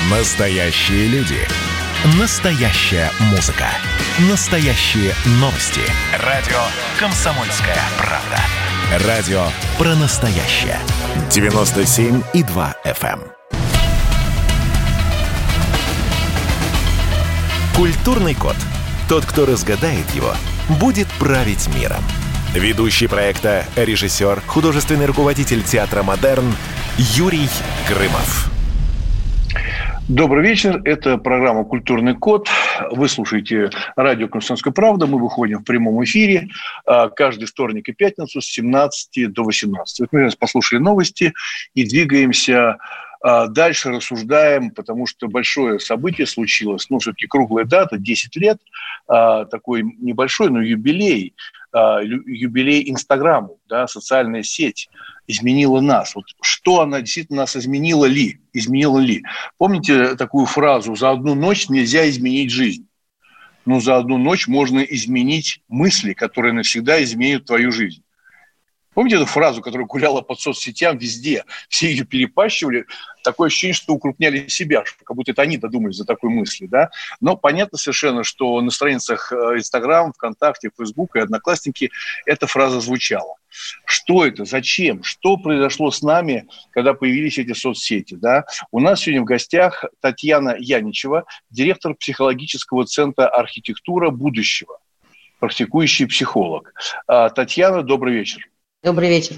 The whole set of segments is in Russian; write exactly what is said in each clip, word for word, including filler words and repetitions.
Настоящие люди. Настоящая музыка. Настоящие новости. Радио «Комсомольская правда». Радио про настоящее. девяносто семь и два эф эм. Культурный код. Тот, кто разгадает его, будет править миром. Ведущий проекта, режиссер, художественный руководитель театра «Модерн» Юрий Грымов. Добрый вечер. Это программа «Культурный код». Вы слушаете радио «Комсомольская правда». Мы выходим в прямом эфире каждый вторник и пятницу с семнадцати до восемнадцати. Вот мы сейчас послушали новости и двигаемся дальше, рассуждаем, потому что большое событие случилось. Ну, все-таки круглая дата, десять лет. Такой небольшой, но юбилей. Юбилей Инстаграму, да, социальная сеть изменила нас. Вот что она действительно нас изменила ли? Изменила ли? Помните такую фразу: «За одну ночь нельзя изменить жизнь». Но за одну ночь можно изменить мысли, которые навсегда изменят твою жизнь. Помните эту фразу, которая гуляла по соцсетям везде? Все ее перепащивали. Такое ощущение, что укрупняли себя, как будто это они додумались до такой мысли. Да? Но понятно совершенно, что на страницах Инстаграм, ВКонтакте, Фейсбук и Одноклассники эта фраза звучала. Что это? Зачем? Что произошло с нами, когда появились эти соцсети? Да? У нас сегодня в гостях Татьяна Яничева, директор психологического центра «Архитектура будущего», практикующий психолог. Татьяна, добрый вечер. Добрый вечер.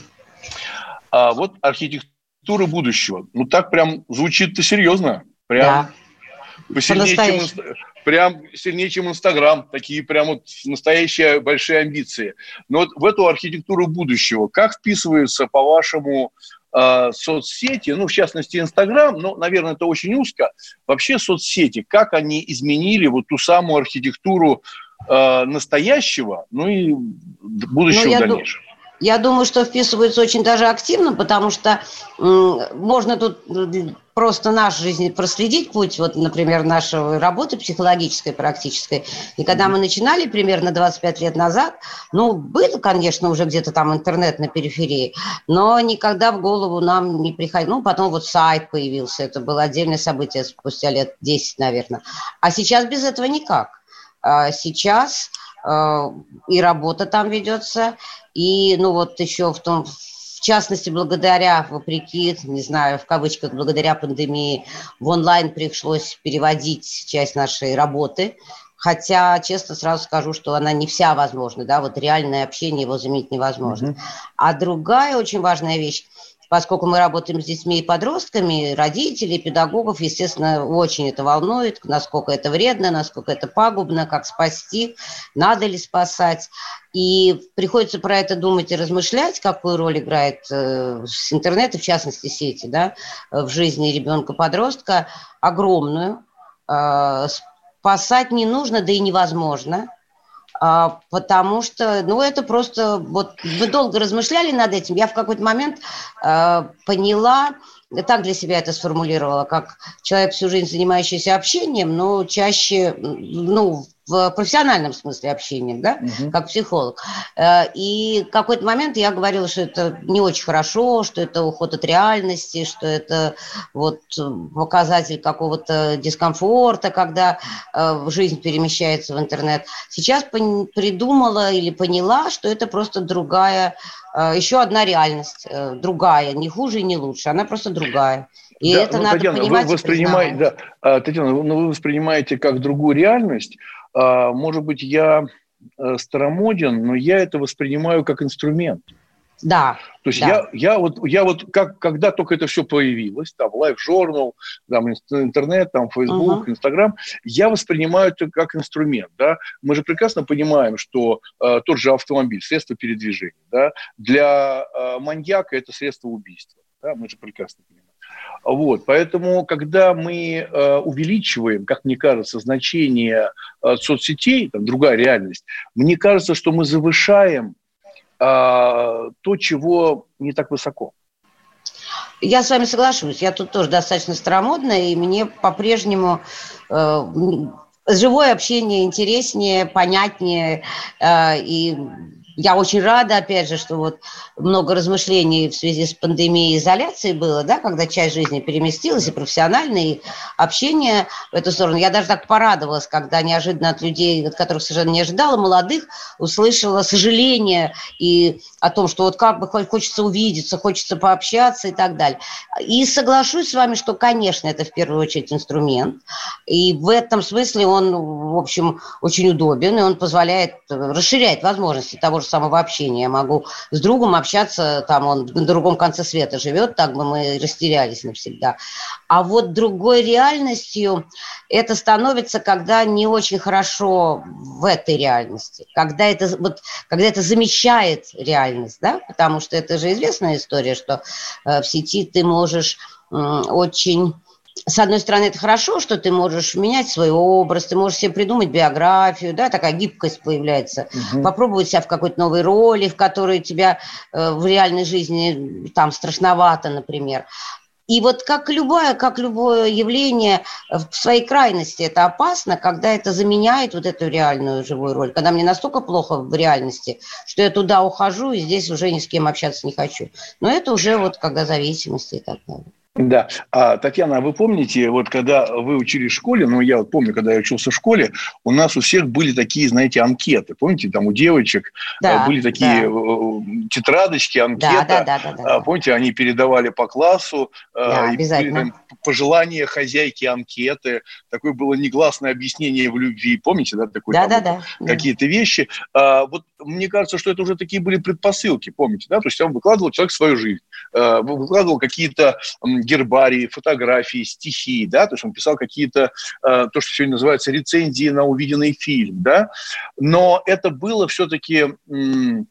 А вот архитектура будущего. Ну, так прям звучит-то серьезно. Прям, да. посильнее, чем, прям сильнее, чем Инстаграм. Такие прям вот настоящие большие амбиции. Но вот в эту архитектуру будущего как вписываются, по-вашему, э, соцсети? Ну, в частности, Инстаграм. Но, наверное, это очень узко. Вообще соцсети, как они изменили вот ту самую архитектуру э, настоящего, ну и будущего ну, в дальнейшем? Я думаю, что вписываются очень даже активно, потому что м, можно тут просто нашу жизнь проследить, путь, вот, например, нашей работы психологической, практической. И когда мы начинали примерно двадцать пять лет назад, ну, был, конечно, уже где-то там интернет на периферии, но никогда в голову нам не приходило. Ну, потом вот сайт появился, это было отдельное событие спустя лет десять, наверное. А сейчас без этого никак. А сейчас э, и работа там ведется, и, ну, вот еще в том, в частности, благодаря, вопреки, не знаю, в кавычках, благодаря пандемии, в онлайн пришлось переводить часть нашей работы. Хотя, честно сразу скажу, что она не вся возможна, да, вот реальное общение его заменить невозможно. Mm-hmm. А другая очень важная вещь, поскольку мы работаем с детьми и подростками, родителей, педагогов, естественно, очень это волнует, насколько это вредно, насколько это пагубно, как спасти, надо ли спасать. И приходится про это думать и размышлять, какую роль играет э, интернет, и в частности сети, да, в жизни ребенка-подростка, огромную. Э, спасать не нужно, да и невозможно. А, потому что, ну, это просто, вот, мы долго размышляли над этим, я в какой-то момент а, поняла, так для себя это сформулировала, как человек, всю жизнь занимающийся общением, но чаще, ну, в профессиональном смысле общением, да, угу. как психолог. И в какой-то момент я говорила, что это не очень хорошо, что это уход от реальности, что это вот показатель какого-то дискомфорта, когда жизнь перемещается в интернет. Сейчас придумала или поняла, что это просто другая, еще одна реальность, другая, не хуже и не лучше, она просто другая. И да, это ну, надо Татьяна, понимать вы воспринимаете, да, Татьяна, ну, вы воспринимаете как другую реальность. Может быть, я старомоден, но я это воспринимаю как инструмент. Да. То есть да. я, я вот, я вот как, когда только это все появилось, там, Life Journal, там, интернет, там, Facebook, uh-huh. Instagram, я воспринимаю это как инструмент, да. Мы же прекрасно понимаем, что э, тот же автомобиль, средство передвижения, да, для э, маньяка это средство убийства, да, мы же прекрасно понимаем. Вот, поэтому, когда мы э, увеличиваем, как мне кажется, значение э, соцсетей, там, другая реальность, мне кажется, что мы завышаем э, то, чего не так высоко. Я с вами соглашусь. Я тут тоже достаточно старомодная, и мне по-прежнему э, живое общение интереснее, понятнее, э, и Я очень рада, опять же, что вот много размышлений в связи с пандемией и изоляцией было, да, когда часть жизни переместилась, и профессиональное, и общение в эту сторону. Я даже так порадовалась, когда неожиданно от людей, от которых совершенно не ожидала, молодых, услышала сожаление и о том, что вот как бы хочется увидеться, хочется пообщаться и так далее. И соглашусь с вами, что, конечно, это в первую очередь инструмент, и в этом смысле он, в общем, очень удобен, и он позволяет, расширяет возможности того же самого общения. Я могу с другом общаться, там он на другом конце света живет, так бы мы растерялись навсегда. А вот другой реальностью это становится, когда не очень хорошо в этой реальности, когда это, вот, когда это замещает реальность, да, потому что это же известная история, что э, в сети ты можешь э, очень... С одной стороны, это хорошо, что ты можешь менять свой образ, ты можешь себе придумать биографию, да, такая гибкость появляется, угу. попробовать себя в какой-то новой роли, в которой тебя э, в реальной жизни там страшновато, например. И вот как любое, как любое явление в своей крайности это опасно, когда это заменяет вот эту реальную живую роль, когда мне настолько плохо в реальности, что я туда ухожу и здесь уже ни с кем общаться не хочу. Но это уже вот когда зависимости и так далее. Да. А, Татьяна, а вы помните, вот когда вы учились в школе, ну, я вот помню, когда я учился в школе, у нас у всех были такие, знаете, анкеты. Помните, там у девочек да, были такие да. тетрадочки, анкета. Да, да, да, да, да. Помните, они передавали по классу. Да, обязательно. Пожелания хозяйки анкеты. Такое было негласное объяснение в любви. Помните, да, такое, да, там, да, вот, да, какие-то да. вещи. А, вот мне кажется, что это уже такие были предпосылки, помните, да? То есть он выкладывал человек свою жизнь, выкладывал какие-то гербарии, фотографии, стихи, да, то есть он писал какие-то, э, то, что сегодня называется рецензии на увиденный фильм, да, но это было все-таки, м,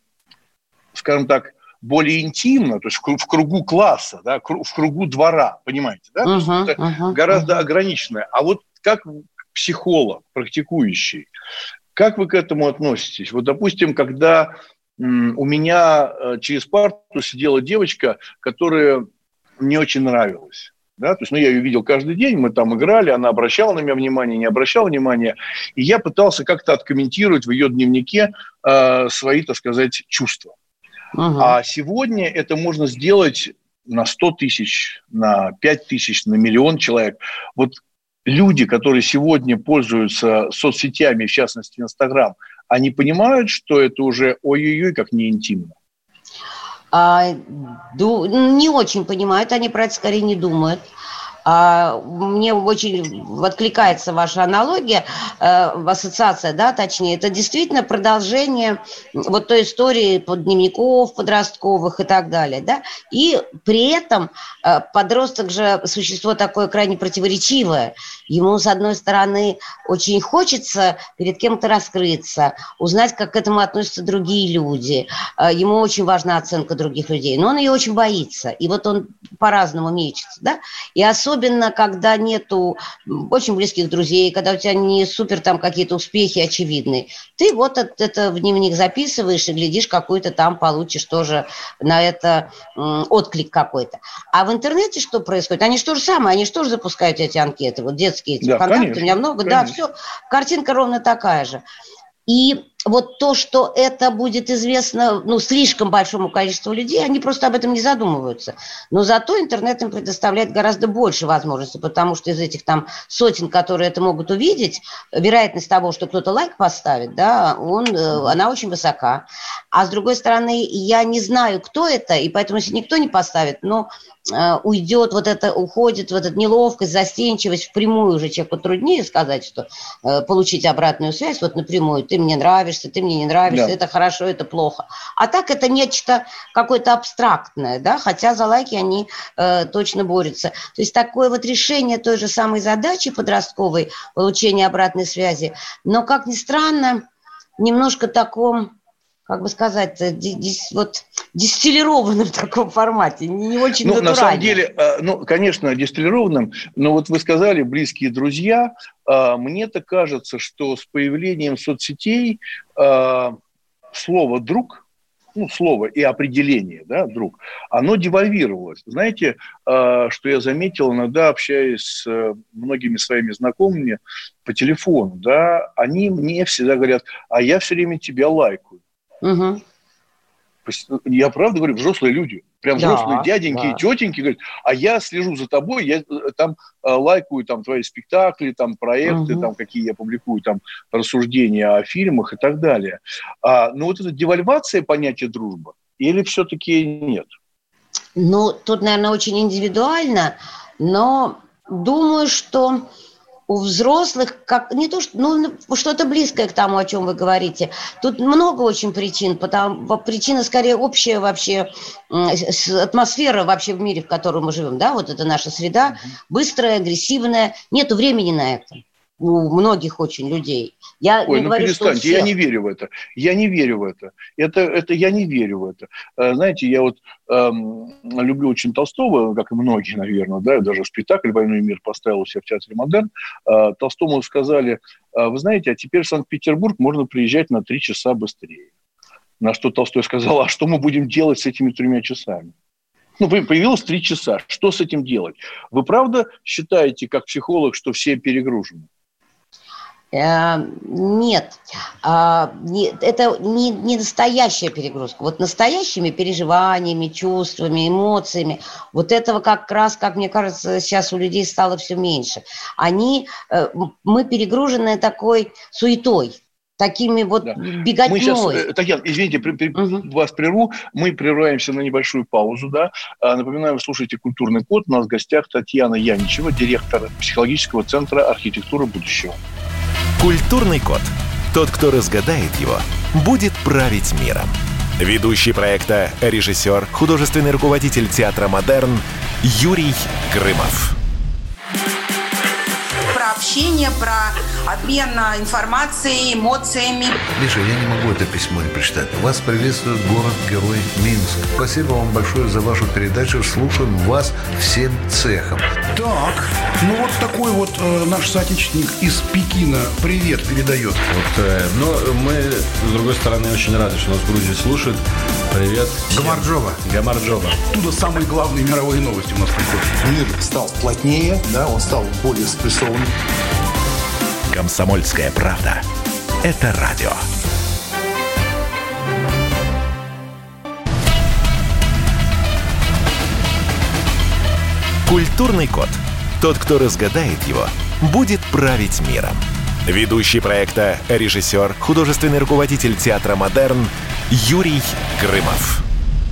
скажем так, более интимно, то есть в кругу класса, да, в кругу двора, понимаете, да, uh-huh, то есть это uh-huh, гораздо uh-huh. ограниченное. А вот как психолог, практикующий, как вы к этому относитесь? Вот, допустим, когда м, у меня через парту сидела девочка, которая мне очень нравилось. Да? То есть, ну, я ее видел каждый день, мы там играли, она обращала на меня внимание, не обращала внимания. И я пытался как-то откомментировать в ее дневнике э, свои, так сказать, чувства. Угу. А сегодня это можно сделать на сто тысяч, на пять тысяч, на миллион человек. Вот люди, которые сегодня пользуются соцсетями, в частности, Инстаграм, они понимают, что это уже ой-ой-ой, как неинтимно. А, ду, не очень понимают, они про это скорее не думают. А, мне очень откликается ваша аналогия, э, ассоциация, да, точнее, это действительно продолжение вот той истории под дневников подростковых и так далее, да, и при этом э, подросток же существо такое крайне противоречивое, ему, с одной стороны, очень хочется перед кем-то раскрыться, узнать, как к этому относятся другие люди, э, ему очень важна оценка других людей, но он ее очень боится, и вот он по-разному мечется, да, и особенно Особенно, когда нету очень близких друзей, когда у тебя не супер там какие-то успехи очевидные. Ты вот это в дневник записываешь и глядишь, какой-то там получишь тоже на это м, отклик какой-то. А в интернете что происходит? Они же то же самое, они же тоже запускают эти анкеты, вот детские эти, да, ВКонтакте, конечно, у меня много, конечно. Да, все, картинка ровно такая же. И вот то, что это будет известно, ну, слишком большому количеству людей, они просто об этом не задумываются. Но зато интернет им предоставляет гораздо больше возможностей, потому что из этих там сотен, которые это могут увидеть, вероятность того, что кто-то лайк поставит, да, он, она очень высока. А с другой стороны, я не знаю, кто это, и поэтому, если никто не поставит, но э, уйдет вот это, уходит вот эта неловкость, застенчивость, впрямую уже человеку труднее сказать, что э, получить обратную связь, вот напрямую, ты мне нравишься, ты мне не нравишься, да. Это хорошо, это плохо. А так это нечто какое-то абстрактное, да, хотя за лайки они э, точно борются. То есть такое вот решение той же самой задачи подростковой, получения обратной связи, но, как ни странно, немножко таком, как бы сказать, дис, вот, дистиллированном в таком формате, не очень ну, натурально. На самом деле, ну, конечно, дистиллированном, но вот вы сказали, близкие друзья, мне-то кажется, что с появлением соцсетей слово «друг», ну, слово и определение, да, «друг», оно девальвировалось. Знаете, что я заметил, иногда общаясь с многими своими знакомыми по телефону, да, они мне всегда говорят, а я все время тебя лайкаю. Угу. Я правда говорю, взрослые люди. Прям взрослые Да, дяденьки да. и тетеньки говорят, а я слежу за тобой, я там э, лайкаю там, твои спектакли, там, проекты, Мгм. там, какие я публикую, там, рассуждения о фильмах и так далее. А, но вот эта девальвация понятия дружбы или все-таки нет? Ну, тут, наверное, очень индивидуально, но думаю, что у взрослых как не то, что ну, что-то близкое к тому, о чем вы говорите. Тут много очень причин, потому причина скорее общая вообще атмосфера вообще в мире, в котором мы живем, да, вот это наша среда, быстрая, агрессивная, нету времени на это у многих очень людей. Я Ой, не ну говорю, что у перестаньте, я всех. не верю в это. Я не верю в это. Это, это я не верю в это. Знаете, я вот эм, люблю очень Толстого, как и многие, наверное, да, даже спектакль «Войну и мир» поставил у себя в театре «Модерн». Э, Толстому сказали, вы знаете, а теперь в Санкт-Петербург можно приезжать на три часа быстрее. На что Толстой сказал, а что мы будем делать с этими тремя часами? Ну, появилось три часа. Что с этим делать? Вы правда считаете, как психолог, что все перегружены? Нет, это не, не настоящая перегрузка. Вот настоящими переживаниями, чувствами, эмоциями, вот этого как раз, как мне кажется, сейчас у людей стало все меньше. Они, мы перегружены такой суетой, такими вот да. беготней. Мы сейчас, Татьяна, извините, при, при, угу. вас прерву, мы прерываемся на небольшую паузу, да. Напоминаю, вы слушаете «Культурный код», у нас в гостях Татьяна Яничева, директор психологического центра «Архитектура будущего». Культурный код. Тот, кто разгадает его, будет править миром. Ведущий проекта, режиссер, художественный руководитель театра «Модерн» Юрий Грымов. Про общение, про обмен информацией, эмоциями. Миша, я не могу это письмо не прочитать. Вас приветствует город-герой Минск. Спасибо вам большое за вашу передачу. Слушаем вас всем цехом. Так, ну вот такой вот э, наш соотечественник из Пекина привет передает. Вот, э, но мы, с другой стороны, очень рады, что нас в Грузии слушают. Привет. Гамарджоба. Гамарджоба. Оттуда самые главные мировые новости у нас приходят. Мир стал плотнее, да, он стал более спрессованным. «Комсомольская правда» – это радио. Культурный код. Тот, кто разгадает его, будет править миром. Ведущий проекта, режиссер, художественный руководитель театра «Модерн» Юрий Грымов.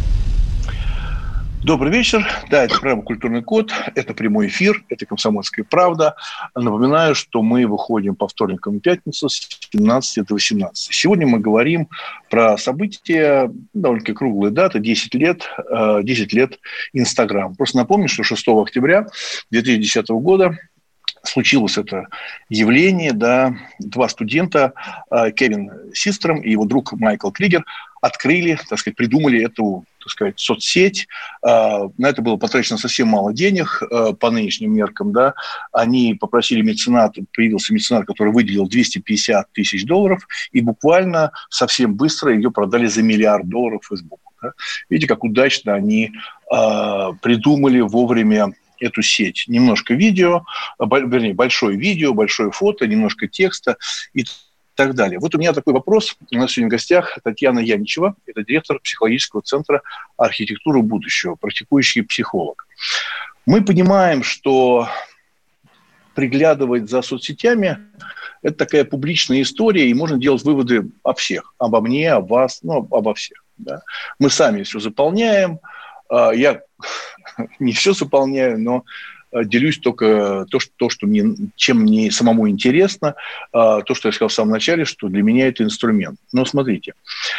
Добрый вечер. Да, это программа «Культурный код». Это прямой эфир. Это «Комсомольская правда». Напоминаю, что мы выходим по вторникам и пятницам с семнадцати до восемнадцати. Сегодня мы говорим про события, довольно-таки круглые даты, десять лет, десять лет Инстаграм. Просто напомню, что шестого октября две тысячи десятого года случилось это явление, да, два студента, Кевин Систром и его друг Майкл Кригер, открыли, так сказать, придумали эту, так сказать, соцсеть. На это было потрачено совсем мало денег по нынешним меркам, да. Они попросили мецената, появился меценат, который выделил двести пятьдесят тысяч долларов, и буквально совсем быстро ее продали за миллиард долларов Фейсбуку. Да. Видите, как удачно они придумали вовремя эту сеть. Немножко видео, вернее, большое видео, большое фото, немножко текста и так далее. Вот у меня такой вопрос. У нас сегодня в гостях Татьяна Яничева, это директор психологического центра «Архитектура будущего», практикующий психолог. Мы понимаем, что приглядывать за соцсетями – это такая публичная история, и можно делать выводы о всех, обо мне, о вас, ну, обо всех. Да? Мы сами все заполняем. Я не все заполняю, но делюсь только то, что, то, что мне, чем мне самому интересно, то, что я сказал в самом начале, что для меня это инструмент. Но смотрите,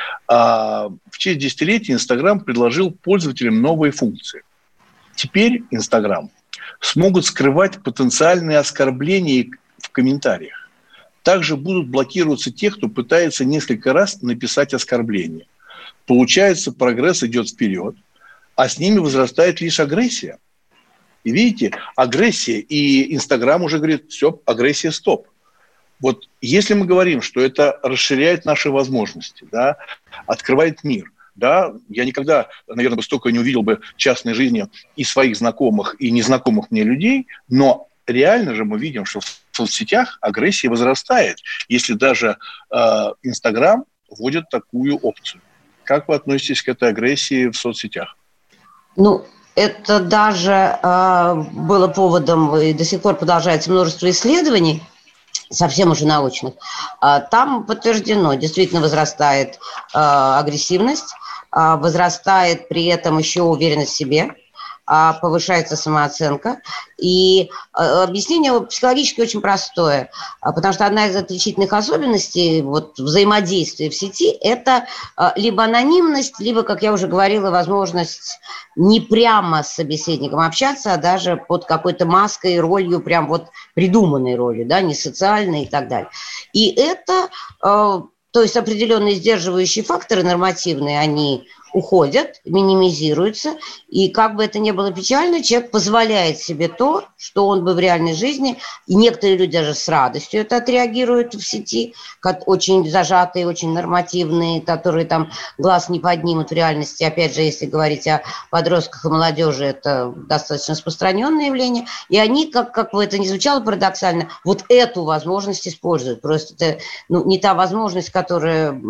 в честь десятилетия Инстаграм предложил пользователям новые функции. Теперь Инстаграм смогут скрывать потенциальные оскорбления в комментариях. Также будут блокироваться те, кто пытается несколько раз написать оскорбление. Получается, прогресс идет вперед, а с ними возрастает лишь агрессия. И видите, агрессия, и Инстаграм уже говорит, все, агрессия, стоп. Вот если мы говорим, что это расширяет наши возможности, да, открывает мир, да, я никогда, наверное, бы столько не увидел бы частной жизни и своих знакомых, и незнакомых мне людей, но реально же мы видим, что в соцсетях агрессия возрастает, если даже Инстаграм э, вводит такую опцию. Как вы относитесь к этой агрессии в соцсетях? Ну, это даже э, было поводом, и до сих пор продолжается множество исследований, совсем уже научных. Э, там подтверждено, действительно возрастает э, агрессивность, э, возрастает при этом еще уверенность в себе, э, повышается самооценка. И э, объяснение психологически очень простое, э, потому что одна из отличительных особенностей вот, взаимодействия в сети – это э, либо анонимность, либо, как я уже говорила, возможность не прямо с собеседником общаться, а даже под какой-то маской, ролью, прям вот придуманной ролью, да, не социальной и так далее. И это, э, то есть определенные сдерживающие факторы нормативные, они уходят, минимизируются, и как бы это ни было печально, человек позволяет себе то, что он бы в реальной жизни, и некоторые люди даже с радостью это отреагируют в сети, как очень зажатые, очень нормативные, которые там глаз не поднимут в реальности. Опять же, если говорить о подростках и молодежи, это достаточно распространенное явление, и они, как, как бы это ни звучало парадоксально, вот эту возможность используют. Просто это ну, не та возможность, которая,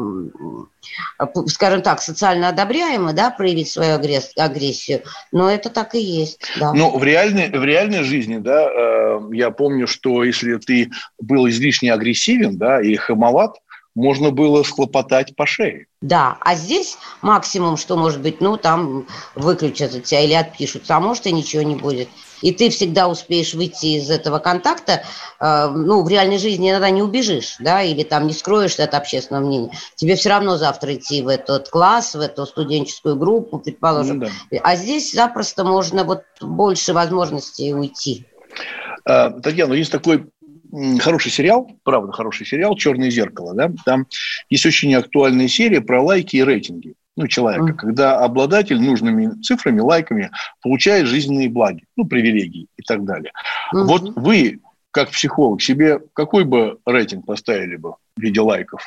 скажем так, социально одобряема, да, проявить свою агрессию, но это так и есть. Да. Но в реальной, в реальной жизни, да, э, я помню, что если ты был излишне агрессивен, да, и хамоват, можно было схлопотать по шее. Да, а здесь максимум, что может быть, ну, там выключат тебя или отпишут, а может и ничего не будет. И ты всегда успеешь выйти из этого контакта, э, ну, в реальной жизни иногда не убежишь, да, или там не скроешься от общественного мнения. Тебе все равно завтра идти в этот класс, в эту студенческую группу, предположим. Ну, да. А здесь запросто можно вот больше возможностей уйти. А, Татьяна, есть такой хороший сериал, правда, хороший сериал «Черное зеркало», да, там есть очень актуальная серия про лайки и рейтинги. Ну, человека, mm. когда обладатель нужными цифрами, лайками получает жизненные благи, ну, привилегии и так далее. Mm-hmm. Вот вы, как психолог, себе какой бы рейтинг поставили бы в виде лайков?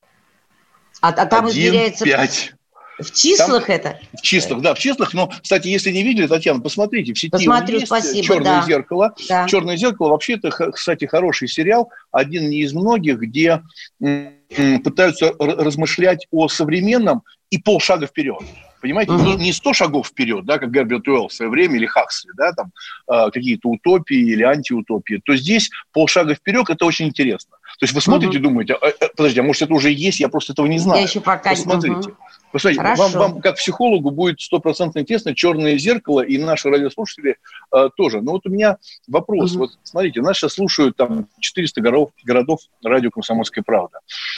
А, а там один, измеряется... пять. В числах там, это? В числах, да, в числах. Но, кстати, если не видели, Татьяна, посмотрите, в сети Посмотрю, есть спасибо, «Черное да. зеркало». Да. «Черное зеркало» вообще-то, кстати, хороший сериал, один из многих, где м, пытаются размышлять о современном и полшага вперед. Понимаете, uh-huh. не сто шагов вперед, да, как Герберт Уэллс в свое время, или Хаксли, да, там э, какие-то утопии или антиутопии, то здесь полшага вперед, это очень интересно. То есть вы смотрите и uh-huh. думаете, а, а, подожди, а может это уже есть, я просто этого не знаю. Я еще пока... Посмотрите. Uh-huh. Посмотрите, вам, вам, как психологу, будет стопроцентно интересно «Черное зеркало», и наши радиослушатели э, тоже. Но вот у меня вопрос. Uh-huh. Вот смотрите, нас сейчас слушают там четыреста городов, городов радио «Комсомольская правда».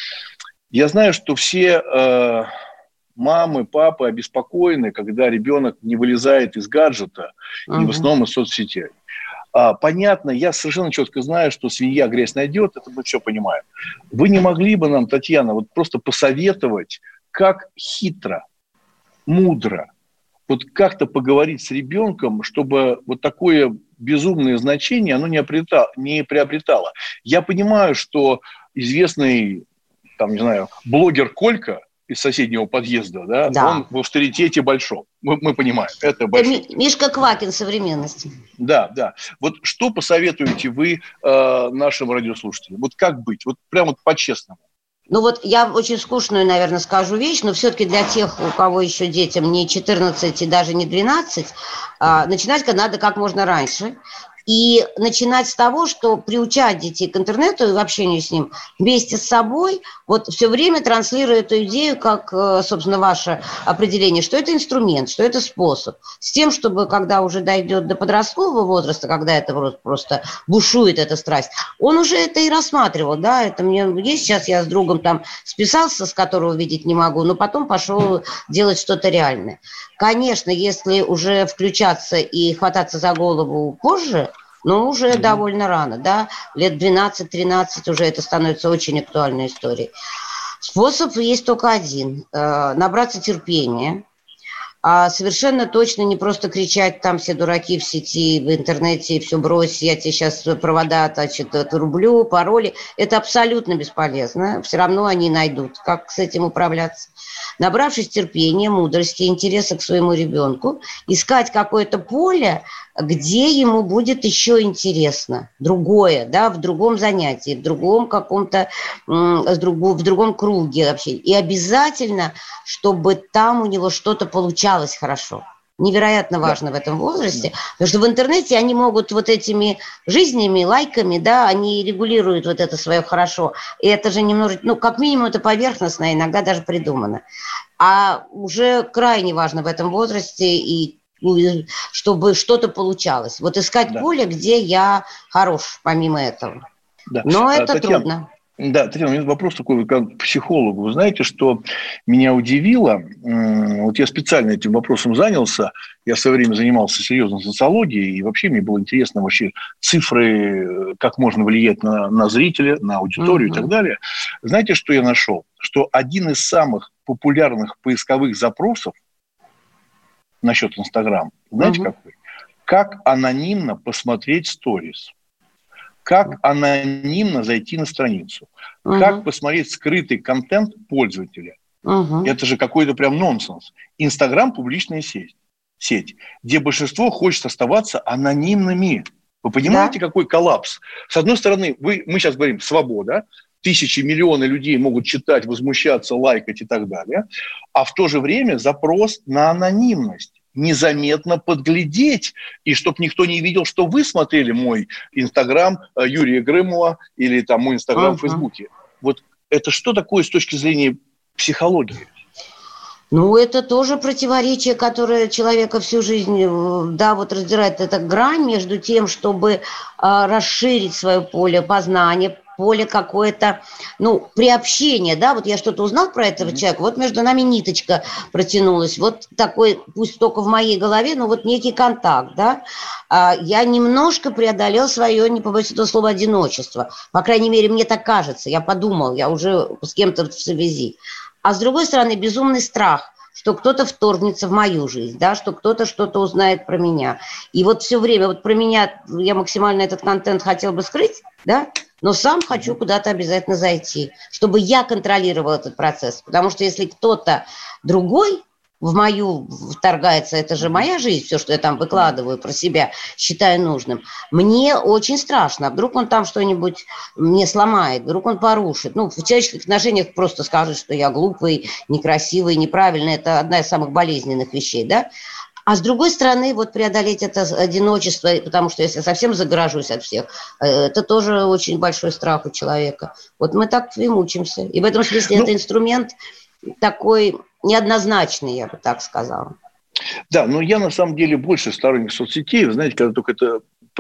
Я знаю, что все... Э, мамы, папы обеспокоены, когда ребенок не вылезает из гаджета, uh-huh. и в основном из соцсетей. А, понятно, я совершенно четко знаю, что свинья грязь найдет, это мы все понимаем. Вы не могли бы нам, Татьяна, вот просто посоветовать, как хитро, мудро, вот как-то поговорить с ребенком, чтобы вот такое безумное значение, оно не приобретало, не приобретало. Я понимаю, что известный, там, не знаю, блогер Колька из соседнего подъезда, да, да. он в авторитете большом. Мы, мы понимаем, это большой. Это Мишка Квакин современности. Да, да. Вот что посоветуете вы э, нашим радиослушателям? Вот как быть? Вот прямо вот по-честному. Ну вот я очень скучную, наверное, скажу вещь, но все-таки для тех, у кого еще детям не четырнадцать и даже не двенадцать, э, начинать надо как можно раньше. И начинать с того, что приучать детей к интернету и в общению с ним вместе с собой, вот все время транслируя эту идею, как, собственно, ваше определение, что это инструмент, что это способ. С тем, чтобы, когда уже дойдет до подросткового возраста, когда это просто бушует эта страсть, он уже это и рассматривал, да, это мне есть, сейчас я с другом там списался, с которого видеть не могу, но потом пошел делать что-то реальное. Конечно, если уже включаться и хвататься за голову позже, но уже mm-hmm. довольно рано, да, лет двенадцать-тринадцать уже это становится очень актуальной историей. Способ есть только один – набраться терпения, а совершенно точно не просто кричать там все дураки в сети, в интернете, все брось, я тебе сейчас провода, значит, рублю, пароли. Это абсолютно бесполезно, все равно они найдут, как с этим управляться. Набравшись терпения, мудрости, интереса к своему ребенку, искать какое-то поле, где ему будет еще интересно, другое, да, в другом занятии, в другом каком-то, в другом, в другом круге общения. И обязательно, чтобы там у него что-то получалось хорошо. Невероятно важно да. в этом возрасте, да. потому что в интернете они могут вот этими жизнями, лайками, да, они регулируют вот это свое хорошо. И это же немножко, ну, как минимум, это поверхностно, иногда даже придумано. А уже крайне важно в этом возрасте, и чтобы что-то получалось. Вот искать да. поле, где я хорош, помимо этого. Да. Но это а, Татьяна, трудно. Да, Татьяна, у меня вопрос такой как к психологу. Вы знаете, что меня удивило, вот я специально этим вопросом занялся, я в свое время занимался серьезно социологией, и вообще мне было интересно вообще цифры, как можно влиять на, на зрителя, на аудиторию угу. и так далее. Знаете, что я нашел? Что один из самых популярных поисковых запросов насчет Инстаграм, знаете угу. какой? Как анонимно посмотреть сторис. Как анонимно зайти на страницу. Угу. Как посмотреть скрытый контент пользователя. Угу. Это же какой-то прям нонсенс. Инстаграм – публичная сеть, сеть, где большинство хочет оставаться анонимными. Вы понимаете, да. какой коллапс? С одной стороны, вы, мы сейчас говорим «свобода», тысячи, миллионы людей могут читать, возмущаться, лайкать и так далее, а в то же время запрос на анонимность. Незаметно подглядеть, и чтобы никто не видел, что вы смотрели мой Инстаграм Юрия Грымова или там мой Инстаграм uh-huh. в Фейсбуке. Вот это что такое с точки зрения психологии? Ну, это тоже противоречие, которое человека всю жизнь, да, вот раздирает. Это грань между тем, чтобы а, расширить свое поле познания, поле какое-то, ну, приобщение, да, вот я что-то узнал про этого mm-hmm. человека, вот между нами ниточка протянулась, вот такой, пусть только в моей голове, но вот некий контакт, да, а, я немножко преодолел свое, не побоюсь этого слова, одиночество, по крайней мере, мне так кажется, я подумал, я уже с кем-то в связи, а с другой стороны, безумный страх, что кто-то вторгнется в мою жизнь, да, что кто-то что-то узнает про меня. И вот все время, вот про меня, я максимально этот контент хотел бы скрыть, да, но сам хочу куда-то обязательно зайти, чтобы я контролировал этот процесс. Потому что если кто-то другой в мою вторгается, это же моя жизнь, все, что я там выкладываю про себя, считаю нужным, мне очень страшно. Вдруг он там что-нибудь мне сломает, вдруг он порушит. Ну, в человеческих отношениях просто скажет, что я глупый, некрасивый, неправильный. Это одна из самых болезненных вещей, да? А с другой стороны, вот преодолеть это одиночество, потому что если совсем загоражусь от всех, это тоже очень большой страх у человека. Вот мы так и мучимся. И в этом смысле ну, это инструмент такой неоднозначный, я бы так сказала. Да, но я на самом деле больше сторонник соцсетей. Вы знаете, когда только это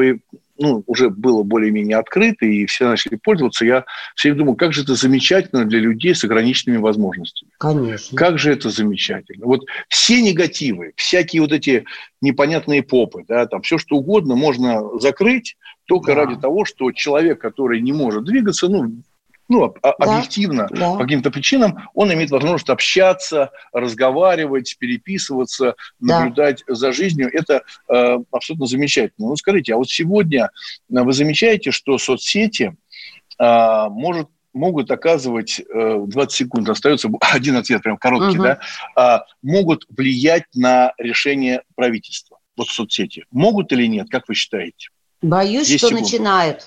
ну, уже было более-менее открыто, и все начали пользоваться, я все время думал, как же это замечательно для людей с ограниченными возможностями. Конечно. Как же это замечательно. Вот все негативы, всякие вот эти непонятные попы, да, там все что угодно можно закрыть только да. ради того, что человек, который не может двигаться, ну, ну, да, объективно, да. по каким-то причинам, он имеет возможность общаться, разговаривать, переписываться, наблюдать да. за жизнью. Это э, абсолютно замечательно. Ну, скажите, а вот сегодня вы замечаете, что соцсети э, может, могут оказывать, э, двадцать секунд остается, один ответ прям короткий, угу. да, э, могут влиять на решение правительства? Вот соцсети. Могут или нет, как вы считаете? Боюсь, что секунд. начинают.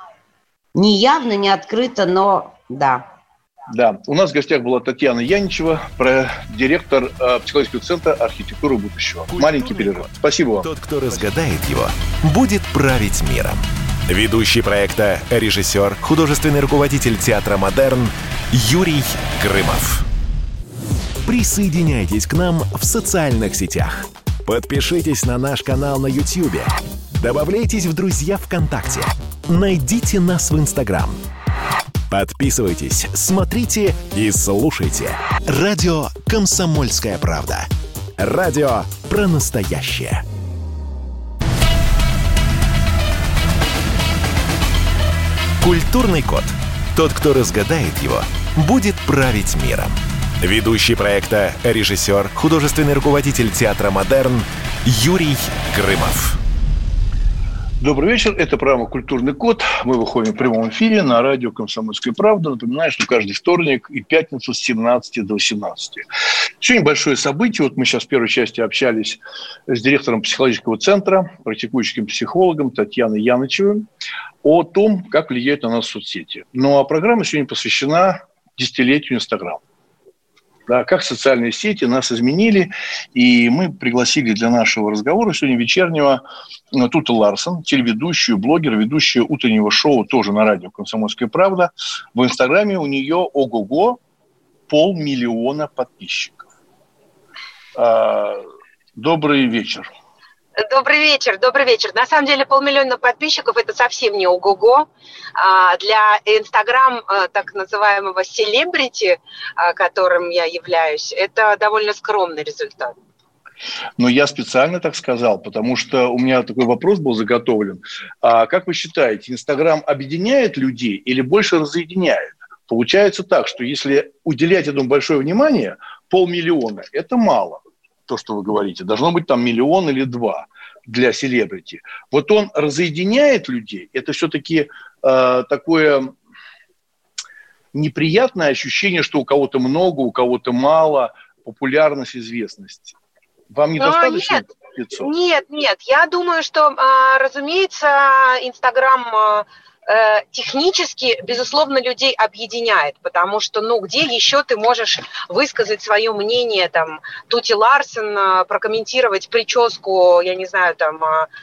Не явно, не открыто, но да. Да, у нас в гостях была Татьяна Яничева, директор э, психологического центра «Архитектура будущего». Культурный Маленький перерыв. Код. Спасибо вам. Тот, кто разгадает его, будет править миром. Ведущий проекта, режиссер, художественный руководитель театра «Модерн» Юрий Грымов. Присоединяйтесь к нам в социальных сетях. Подпишитесь на наш канал на YouTube. Добавляйтесь в друзья ВКонтакте. Найдите нас в Инстаграм. Подписывайтесь, смотрите и слушайте. Радио «Комсомольская правда». Радио про настоящее. Культурный код. Тот, кто разгадает его, будет править миром. Ведущий проекта, режиссер, художественный руководитель театра «Модерн» Юрий Грымов. Добрый вечер. Это программа «Культурный код». Мы выходим в прямом эфире на радио «Комсомольская правда». Напоминаю, что каждый вторник и пятницу с семнадцати до восемнадцати. Сегодня большое событие. Вот мы сейчас в первой части общались с директором психологического центра, практикующим психологом Татьяной Янычевой о том, как влияют на нас соцсети. Ну а программа сегодня посвящена десятилетию Инстаграма. Да, как социальные сети нас изменили. И мы пригласили для нашего разговора сегодня вечернего Туту Ларсен, телеведущую, блогер, ведущая утреннего шоу тоже на радио «Комсомольская правда». В Инстаграме у нее ого-го полмиллиона подписчиков. А, добрый вечер. Добрый вечер, добрый вечер. На самом деле полмиллиона подписчиков – это совсем не ого-го. Для Инстаграм, так называемого селебрити, которым я являюсь, это довольно скромный результат. Но я специально так сказал, потому что у меня такой вопрос был заготовлен. А как вы считаете, Инстаграм объединяет людей или больше разъединяет? Получается так, что если уделять этому большое внимание, полмиллиона – это мало. То, что вы говорите, должно быть там миллион или два для селебрити. Вот он разъединяет людей, это все-таки э, такое неприятное ощущение, что у кого-то много, у кого-то мало, популярность, известность. Вам недостаточно? Нет, нет, нет. Я думаю, что, разумеется, Инстаграм технически, безусловно, людей объединяет, потому что, ну, где еще ты можешь высказать свое мнение, там, Тути Ларсен, прокомментировать прическу, я не знаю, там,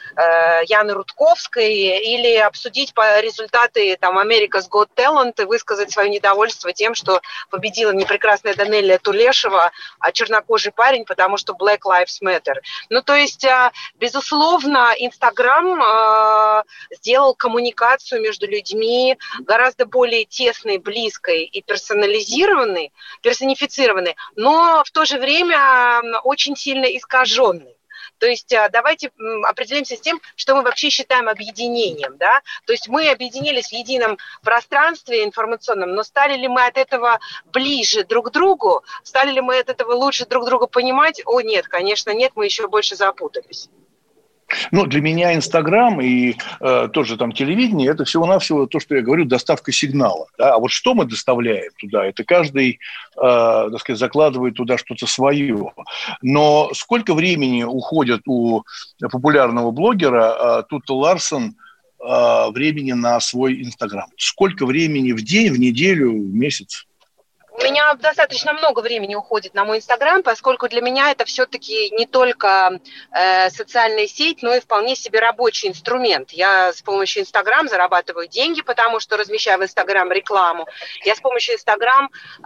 Яны Рудковской, или обсудить по результаты, там, America's Got Talent и высказать свое недовольство тем, что победила не прекрасная Данелия Тулешева, а чернокожий парень, потому что Black Lives Matter. Ну, то есть, безусловно, Инстаграм сделал коммуникацию между между людьми гораздо более тесной, близкой и персонализированной, персонифицированной, но в то же время очень сильно искаженной. То есть давайте определимся с тем, что мы вообще считаем объединением. Да? То есть мы объединились в едином пространстве информационном, но стали ли мы от этого ближе друг к другу? Стали ли мы от этого лучше друг друга понимать? О, нет, конечно, нет, мы еще больше запутались. Ну, для меня Инстаграм и э, тоже там телевидение – это всего-навсего то, что я говорю, доставка сигнала. Да? А вот что мы доставляем туда, это каждый, э, так сказать, закладывает туда что-то свое. Но сколько времени уходит у популярного блогера э, Туту Ларсен э, времени на свой Инстаграм? Сколько времени в день, в неделю, в месяц? У меня достаточно много времени уходит на мой Инстаграм, поскольку для меня это все-таки не только э, социальная сеть, но и вполне себе рабочий инструмент. Я с помощью Инстаграм зарабатываю деньги, потому что размещаю в Инстаграм рекламу. Я с помощью Инстаграм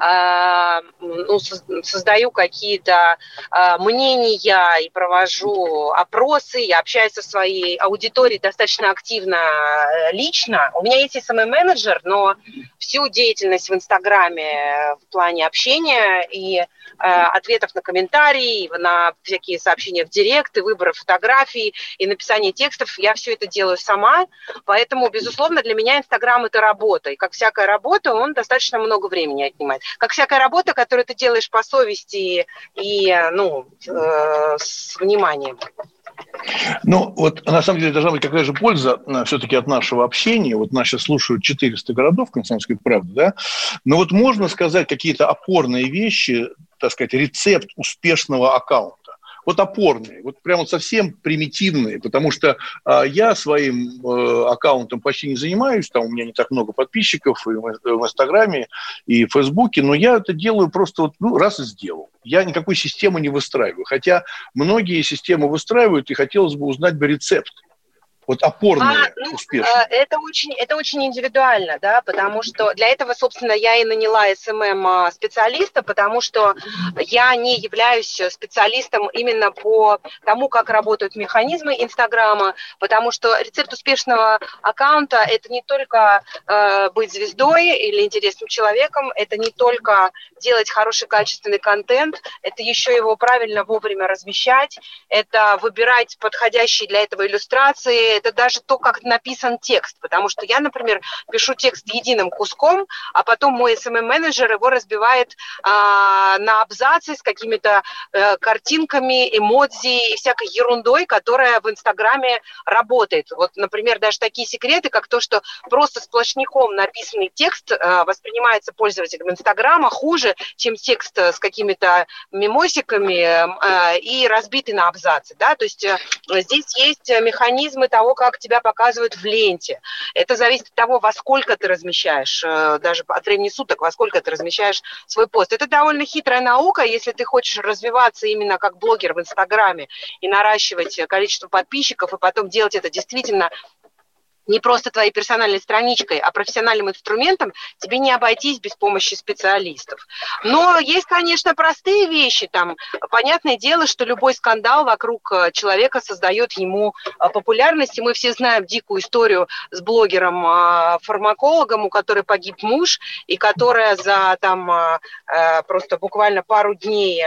э, ну, создаю какие-то э, мнения и провожу опросы, я общаюсь со своей аудиторией достаточно активно э, лично. У меня есть эс эм эм-менеджер, но всю деятельность в Инстаграме в плане общения и э, ответов на комментарии, на всякие сообщения в директ, и выбора фотографий, и написания текстов. Я все это делаю сама, поэтому, безусловно, для меня Инстаграм – это работа. И как всякая работа, он достаточно много времени отнимает. Как всякая работа, которую ты делаешь по совести и, ну, э, с вниманием. Ну, вот на самом деле должна быть какая же польза все-таки от нашего общения. Вот нас сейчас слушают четыреста городов «Комсомольской правды», да? Но вот можно сказать какие-то опорные вещи, так сказать, рецепт успешного аккаунта. Вот опорные, вот прямо совсем примитивные, потому что э, я своим э, аккаунтом почти не занимаюсь, там у меня не так много подписчиков и в, в Инстаграме, и в Фейсбуке, но я это делаю просто вот, ну, раз и сделал. Я никакой системы не выстраиваю, хотя многие системы выстраивают, и хотелось бы узнать бы рецепт. Вот опорные, а, ну, успешные. Это очень, это очень индивидуально, да, потому что для этого, собственно, я и наняла эс эм эм-специалиста, потому что я не являюсь специалистом именно по тому, как работают механизмы Инстаграма, потому что рецепт успешного аккаунта – это не только э, быть звездой или интересным человеком, это не только делать хороший качественный контент, это еще его правильно вовремя размещать, это выбирать подходящие для этого иллюстрации, деле это даже то, как написан текст, потому что я, например, пишу текст единым куском, а потом мой эс эм эм-менеджер его разбивает а, на абзацы с какими-то а, картинками, эмодзи и всякой ерундой, которая в Инстаграме работает. Вот, например, даже такие секреты, как то, что просто сплошняком написанный текст а, воспринимается пользователем Инстаграма хуже, чем текст с какими-то мемосиками а, и разбитый на абзацы, да, то есть а, здесь есть механизмы того, как тебя показывают в ленте. Это зависит от того, во сколько ты размещаешь, даже от времени суток, во сколько ты размещаешь свой пост. Это довольно хитрая наука, если ты хочешь развиваться именно как блогер в Инстаграме и наращивать количество подписчиков, и потом делать это действительно не просто твоей персональной страничкой, а профессиональным инструментом, тебе не обойтись без помощи специалистов. Но есть, конечно, простые вещи. Там, понятное дело, что любой скандал вокруг человека создает ему популярность. И мы все знаем дикую историю с блогером-фармакологом, у которой погиб муж, и которая за там, просто буквально пару дней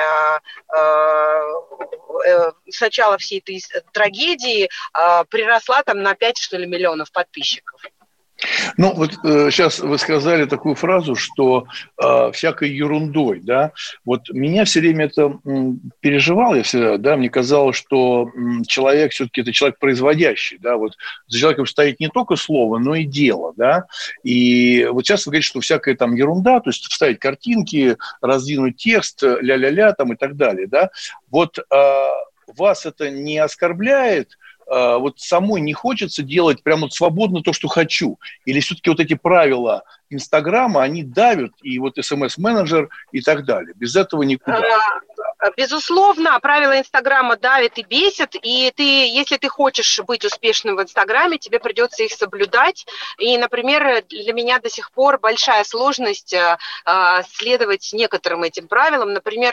с начала всей этой трагедии приросла там на пять, что ли, миллионов подписчиков. Ну, вот э, сейчас вы сказали такую фразу, что э, всякой ерундой, да, вот меня все время это м, переживал, я всегда, да, мне казалось, что м, человек все-таки это человек производящий, да, вот за человеком стоит не только слово, но и дело, да, и вот сейчас вы говорите, что всякая там ерунда, то есть вставить картинки, раздвинуть текст, ля-ля-ля там и так далее, да, вот э, вас это не оскорбляет? Вот самой не хочется делать прямо вот свободно то, что хочу? Или все-таки вот эти правила Инстаграма, они давят, и вот эс эм эс-менеджер и так далее? Без этого никуда. Безусловно, правила Инстаграма давят и бесят, и ты, если ты хочешь быть успешным в Инстаграме, тебе придется их соблюдать. И, например, для меня до сих пор большая сложность э, следовать некоторым этим правилам. Например,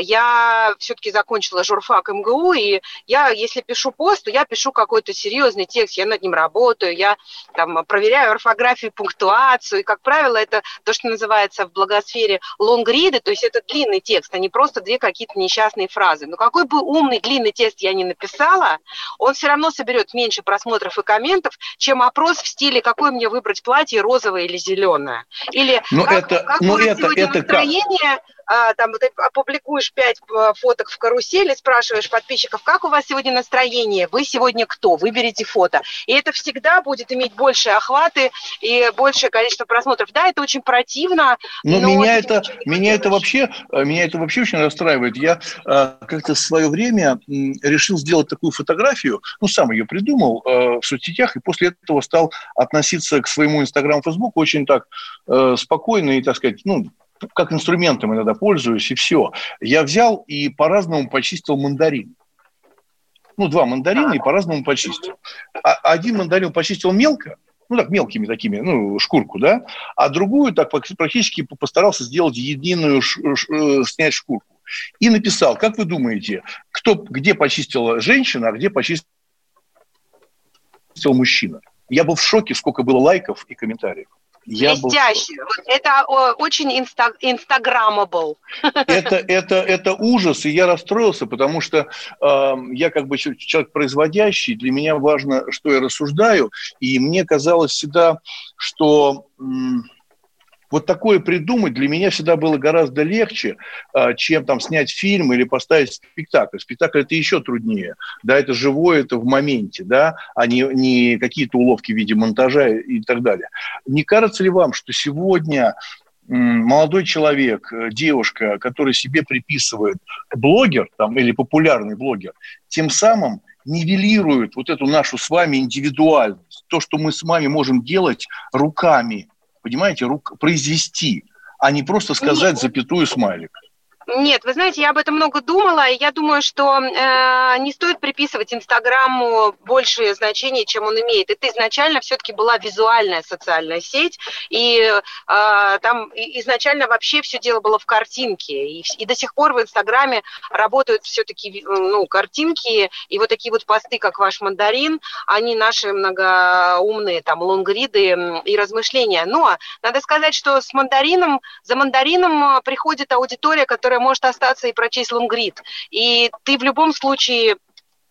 я все-таки закончила журфак эм гэ у, и я, если пишу пост, то я пишу какой-то серьезный текст, я над ним работаю, я там проверяю орфографию, пунктуацию, и, как правило, это то, что называется в блогосфере лонгриды, то есть это длинный текст, а не просто две какие-то несчастные фразы. Но какой бы умный длинный текст я ни написала, он все равно соберет меньше просмотров и комментов, чем опрос в стиле «какое мне выбрать платье, розовое или зеленое?» Или но «как, это, как но у вас это, сегодня это настроение?» как? А, там ты опубликуешь пять фоток в карусели, спрашиваешь подписчиков, как у вас сегодня настроение, вы сегодня кто, выберите фото. И это всегда будет иметь большие охваты и большее количество просмотров. Да, это очень противно. Но, но меня, это, меня, это делаешь. вообще, меня это вообще очень расстраивает. Я э, как-то в свое время м, решил сделать такую фотографию, ну, сам ее придумал э, в соцсетях, и после этого стал относиться к своему Инстаграм, Фейсбуку очень так э, спокойно и, так сказать, ну, как инструментом иногда пользуюсь, и все. Я взял и по-разному почистил мандарин. Ну, два мандарина и по-разному почистил. А, один мандарин почистил мелко, ну, так, мелкими такими, ну, шкурку, да, а другую так практически постарался сделать единую, ш, ш, снять шкурку. И написал, как вы думаете, кто, где почистила женщина, а где почистил мужчина? Я был в шоке, сколько было лайков и комментариев. Блестяще. Это очень инста- инстаграммабл. Это, это, это ужас, и я расстроился, потому что э, я как бы человек производящий, для меня важно, что я рассуждаю, и мне казалось всегда, что э, вот такое придумать для меня всегда было гораздо легче, э, чем там снять фильм или поставить спектакль. Спектакль – это еще труднее, да, это живое, это в моменте, да, а не, не какие-то уловки в виде монтажа и так далее. Не кажется ли вам, что сегодня молодой человек, девушка, который себе приписывает блогер там, или популярный блогер, тем самым нивелирует вот эту нашу с вами индивидуальность, то, что мы с вами можем делать руками, понимаете, рук, произвести, а не просто сказать Нет. запятую смайлик? Нет, вы знаете, я об этом много думала, и я думаю, что э, не стоит приписывать Инстаграму большее значение, чем он имеет. Это изначально все-таки была визуальная социальная сеть, и э, там изначально вообще все дело было в картинке, и, и до сих пор в Инстаграме работают все-таки ну, картинки, и вот такие вот посты, как ваш мандарин, они наши многоумные там лонгриды и размышления. Но надо сказать, что с мандарином, за мандарином приходит аудитория, которая может остаться и прочесть лонгрид. И ты в любом случае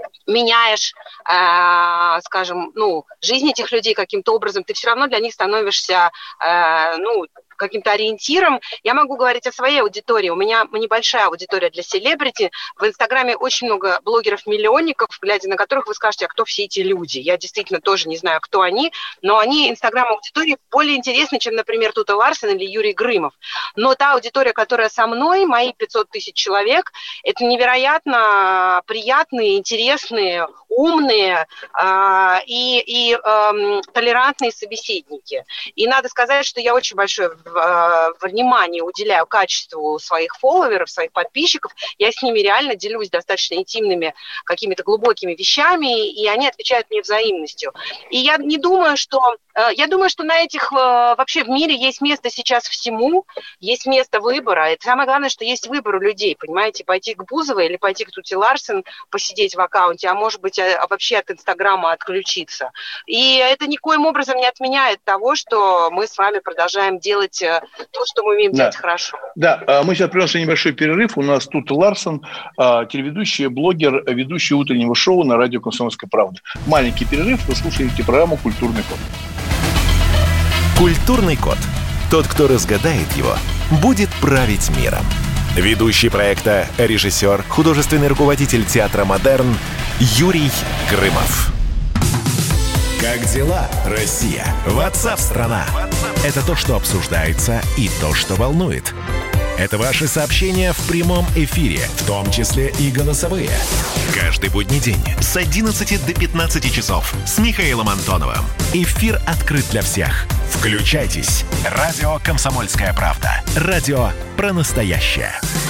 меняешь, э, скажем, ну, жизнь этих людей каким-то образом, ты все равно для них становишься, э, ну, каким-то ориентиром. Я могу говорить о своей аудитории. У меня небольшая аудитория для селебрити. В Инстаграме очень много блогеров-миллионников, глядя на которых вы скажете, а кто все эти люди? Я действительно тоже не знаю, кто они, но они, Инстаграм-аудитории, более интересны, чем, например, Тута Ларсен или Юрий Грымов. Но та аудитория, которая со мной, мои пятьсот тысяч человек, это невероятно приятные, интересные, умные э, и, и э, толерантные собеседники. И надо сказать, что я очень большое внимание уделяю качеству своих фолловеров, своих подписчиков. Я с ними реально делюсь достаточно интимными, какими-то глубокими вещами, и они отвечают мне взаимностью. И я не думаю, что... Я думаю, что на этих... Вообще в мире есть место сейчас всему, есть место выбора. И самое главное, что есть выбор у людей, понимаете? Пойти к Бузовой или пойти к Туте Ларсен, посидеть в аккаунте, а может быть вообще от Инстаграма отключиться. И это никоим образом не отменяет того, что мы с вами продолжаем делать то, что мы умеем да. делать хорошо. Да, мы сейчас приносим небольшой перерыв. У нас Тута Ларсен, телеведущий, блогер, ведущий утреннего шоу на радио «Комсомольская правда». Маленький перерыв, вы слушаете программу «Культурный код». Культурный код. Тот, кто разгадает его, будет править миром. Ведущий проекта, режиссер, художественный руководитель театра «Модерн» Юрий Грымов. Как дела, Россия? Ватсап-страна! Это то, что обсуждается, и то, что волнует. Это ваши сообщения в прямом эфире, в том числе и голосовые. Каждый будний день с одиннадцати до пятнадцати часов с Михаилом Антоновым. Эфир открыт для всех. Включайтесь. Радио «Комсомольская правда». Радио про настоящее.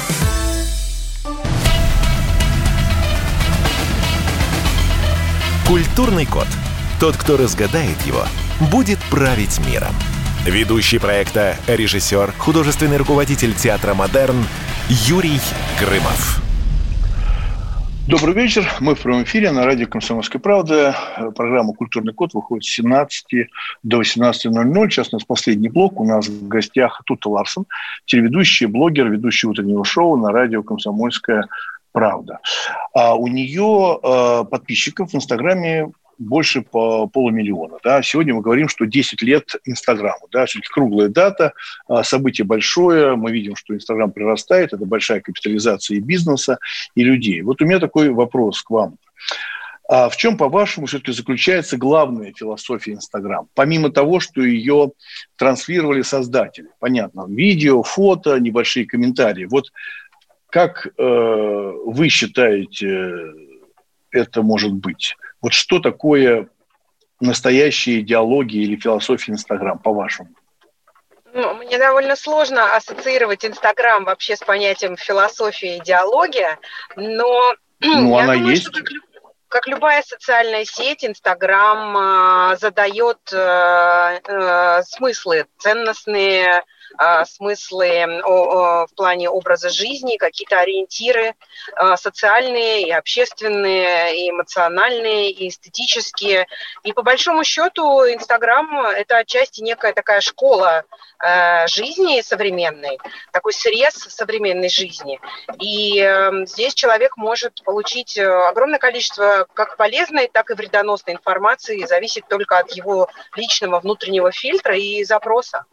Культурный код. Тот, кто разгадает его, будет править миром. Ведущий проекта, режиссер, художественный руководитель театра «Модерн» Юрий Грымов. Добрый вечер. Мы в прямом эфире на радио «Комсомольская правда». Программа «Культурный код» выходит с семнадцати до восемнадцати ноль ноль. Сейчас у нас последний блок. У нас в гостях Тута Ларсен, телеведущий, блогер, ведущий утреннего шоу на радио «Комсомольская правда». А у нее э, подписчиков в Инстаграме больше по полумиллиона. Да. Сегодня мы говорим, что десять лет Инстаграму. Да. Все-таки круглая дата, событие большое. Мы видим, что Инстаграм прирастает. Это большая капитализация и бизнеса, и людей. Вот у меня такой вопрос к вам. А в чем, по-вашему, все-таки заключается главная философия Инстаграм? Помимо того, что ее транслировали создатели. Понятно, видео, фото, небольшие комментарии. Вот как э, вы считаете, это может быть? Вот что такое настоящая идеология или философия Инстаграм, по-вашему? Ну, мне довольно сложно ассоциировать Инстаграм вообще с понятием философия и идеология, но ну, я она думаю, есть. что как, как любая социальная сеть, Инстаграм э, задает э, э, смыслы, ценностные э, смыслы э, э, в плане образа жизни, какие-то ориентиры э, социальные и общественные, и эмоциональные, и эстетические. И по большому счету Инстаграм – это отчасти некая такая школа э, жизни современной, такой срез современной жизни. И э, здесь человек может получить огромное количество как полезной, так и вредоносной информации, зависит только от его личного внутреннего фильтра и запроса.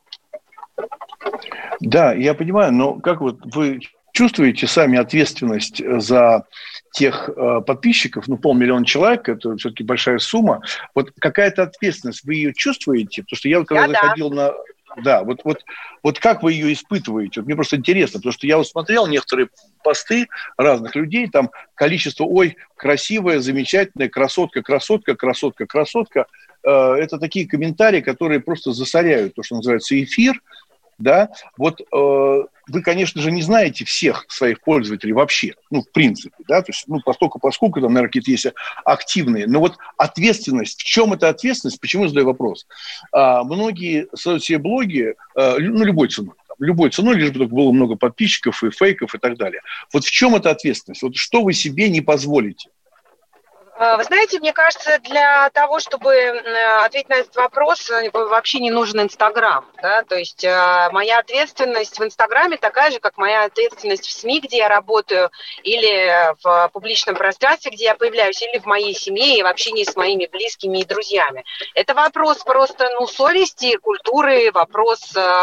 Да, я понимаю, но как вот вы чувствуете сами ответственность за тех э, подписчиков, ну, полмиллиона человек, это все-таки большая сумма. Вот какая-то ответственность, вы ее чувствуете? Потому что я когда я, заходил да. на... Да, вот, вот, вот как вы ее испытываете? Вот мне просто интересно, потому что я вот смотрел некоторые посты разных людей, там количество, ой, красивая, замечательная, красотка, красотка, красотка, красотка. Э, это такие комментарии, которые просто засоряют то, что называется эфир, да. Вот э, вы, конечно же, не знаете всех своих пользователей вообще, ну, в принципе, да, то есть, ну, поскольку, поскольку там, наверное, какие-то есть активные, но вот ответственность, в чем эта ответственность, почему я задаю вопрос? А, многие создают себе блоги, а, ну, любой ценой, там, любой ценой, лишь бы только было много подписчиков и фейков и так далее. Вот в чем эта ответственность? Вот что вы себе не позволите? Вы знаете, мне кажется, для того, чтобы ответить на этот вопрос, вообще не нужен Инстаграм. Да? То есть моя ответственность в Инстаграме такая же, как моя ответственность в СМИ, где я работаю, или в публичном пространстве, где я появляюсь, или в моей семье и в общении с моими близкими и друзьями. Это вопрос просто ну, совести, культуры, вопрос э,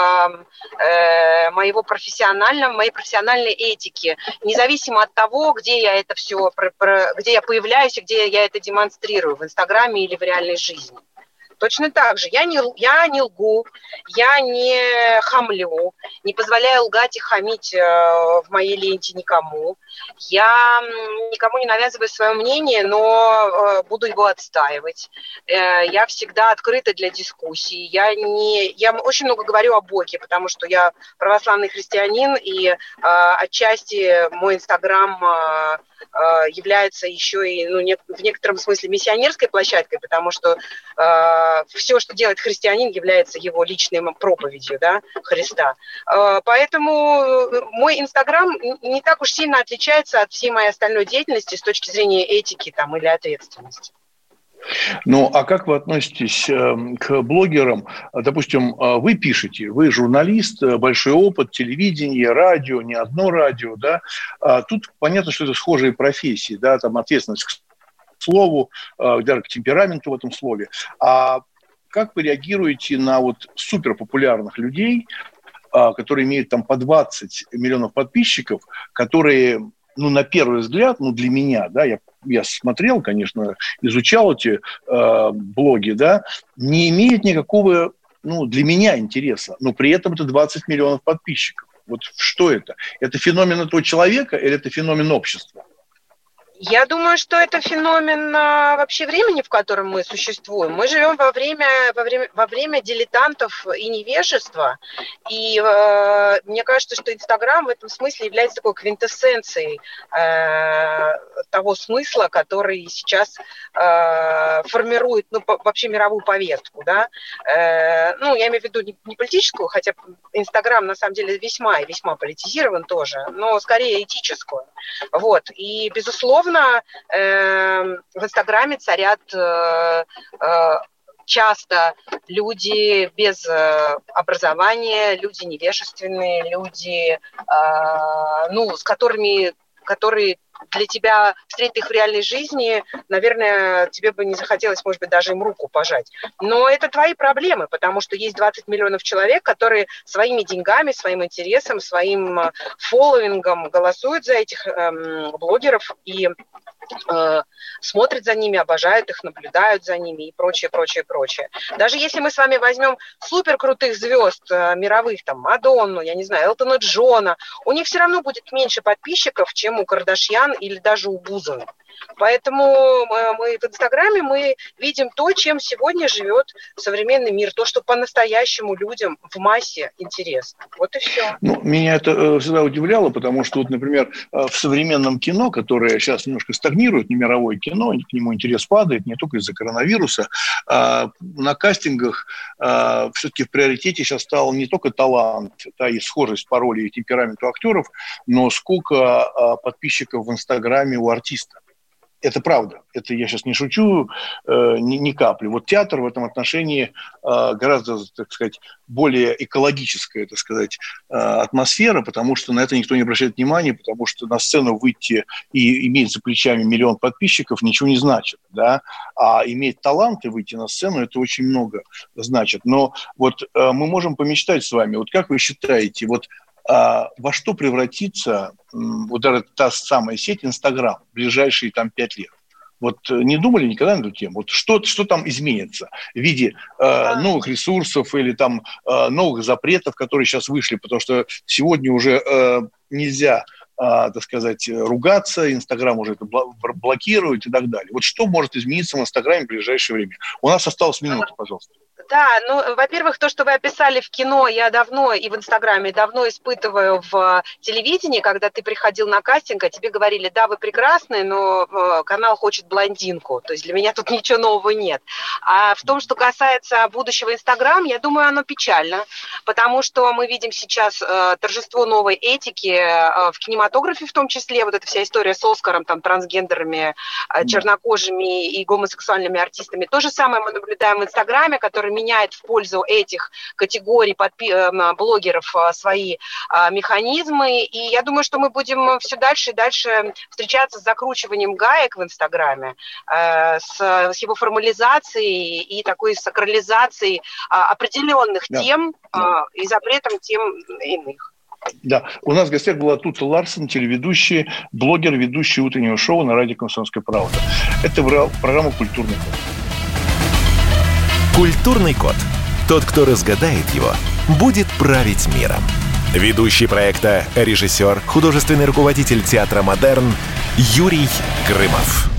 э, моего профессионального, моей профессиональной этики. Независимо от того, где я это все, где я появляюсь и где я это демонстрирую, в Инстаграме или в реальной жизни. Точно так же. Я не, я не лгу, я не хамлю, не позволяю лгать и хамить э, в моей ленте никому. Я никому не навязываю свое мнение, но э, буду его отстаивать. Э, я всегда открыта для дискуссий. Я, не, я очень много говорю о Боге, потому что я православный христианин, и э, отчасти мой Инстаграм э, э, является еще и ну, не, в некотором смысле миссионерской площадкой, потому что э, все, что делает христианин, является его личной проповедью, да, Христа. Поэтому мой Инстаграм не так уж сильно отличается от всей моей остальной деятельности с точки зрения этики там, или ответственности. Ну, а как вы относитесь к блогерам? Допустим, вы пишете, вы журналист, большой опыт, телевидение, радио, не одно радио, да? Тут понятно, что это схожие профессии, да, там ответственность к слову, даже к темпераменту в этом слове. А как вы реагируете на вот суперпопулярных людей, которые имеют там по двадцать миллионов подписчиков, которые, ну, на первый взгляд, ну, для меня, да, я, я смотрел, конечно, изучал эти э, блоги, да, не имеют никакого, ну, для меня интереса, но при этом это двадцать миллионов подписчиков. Вот что это? Это феномен этого человека или это феномен общества? Я думаю, что это феномен а, вообще времени, в котором мы существуем. Мы живем во время, во время, во время дилетантов и невежества. И э, мне кажется, что Инстаграм в этом смысле является такой квинтэссенцией э, того смысла, который сейчас э, формирует ну, по, вообще мировую повестку. Да? Э, ну, я имею в виду не, не политическую, хотя Инстаграм на самом деле весьма и весьма политизирован тоже, но скорее этическую. Вот. И, безусловно, в Инстаграме царят часто люди без образования, люди невежественные, люди, ну, с которыми, которые для тебя встретить их в реальной жизни, наверное, тебе бы не захотелось, может быть, даже им руку пожать. Но это твои проблемы, потому что есть двадцать миллионов человек, которые своими деньгами, своим интересом, своим фолловингом голосуют за этих эм, блогеров и э, смотрят за ними, обожают их, наблюдают за ними и прочее, прочее, прочее. Даже если мы с вами возьмем суперкрутых звезд э, мировых, там, Мадонну, я не знаю, Элтона Джона, у них все равно будет меньше подписчиков, чем у Кардашьян или даже у Бузовой. Поэтому мы в Инстаграме мы видим то, чем сегодня живет современный мир, то, что по-настоящему людям в массе интересно. Вот и все. Ну, меня это всегда удивляло, потому что, вот, например, в современном кино, которое сейчас немножко стагнирует, не мировое кино, к нему интерес падает, не только из-за коронавируса, на кастингах все-таки в приоритете сейчас стал не только талант, да, и схожесть по роли и темпераменту актеров, но сколько подписчиков в Инстаграме у артиста. Это правда. Это я сейчас не шучу э, ни, ни капли. Вот театр в этом отношении э, гораздо, так сказать, более экологическая, так сказать, э, атмосфера, потому что на это никто не обращает внимания, потому что на сцену выйти и иметь за плечами миллион подписчиков ничего не значит, да, а иметь талант и выйти на сцену, это очень много значит. Но вот э, мы можем помечтать с вами, вот как вы считаете, вот А во что превратится вот эта та самая сеть Инстаграм в ближайшие там пять лет? Вот не думали никогда на эту тему? Вот что, что там изменится в виде э, новых ресурсов или там э, новых запретов, которые сейчас вышли, потому что сегодня уже э, нельзя, э, так сказать, ругаться, Инстаграм уже это блокирует и так далее. Вот что может измениться в Инстаграме в ближайшее время? У нас осталась минута, пожалуйста. Да, ну, во-первых, то, что вы описали в кино, я давно и в Инстаграме давно испытываю в телевидении, когда ты приходил на кастинг, а тебе говорили, да, вы прекрасны, но канал хочет блондинку. То есть для меня тут ничего нового нет. А в том, что касается будущего Инстаграм, я думаю, оно печально, потому что мы видим сейчас э, торжество новой этики э, в кинематографе, в том числе, вот эта вся история с Оскаром, там, трансгендерами, э, чернокожими и гомосексуальными артистами. То же самое мы наблюдаем в Инстаграме, который меняет в пользу этих категорий подпи- э, блогеров э, свои э, механизмы, и я думаю, что мы будем все дальше и дальше встречаться с закручиванием гаек в Инстаграме, э, с, с его формализацией и такой сакрализацией э, определенных да. тем э, и запретом тем иных. Да, у нас в гостях была Тута Ларсен, телеведущий, блогер, ведущий утреннего шоу на радио «Комсомольская правда». Это программа «Культурный код». «Культурный код». Тот, кто разгадает его, будет править миром. Ведущий проекта, режиссер, художественный руководитель театра «Модерн» Юрий Грымов.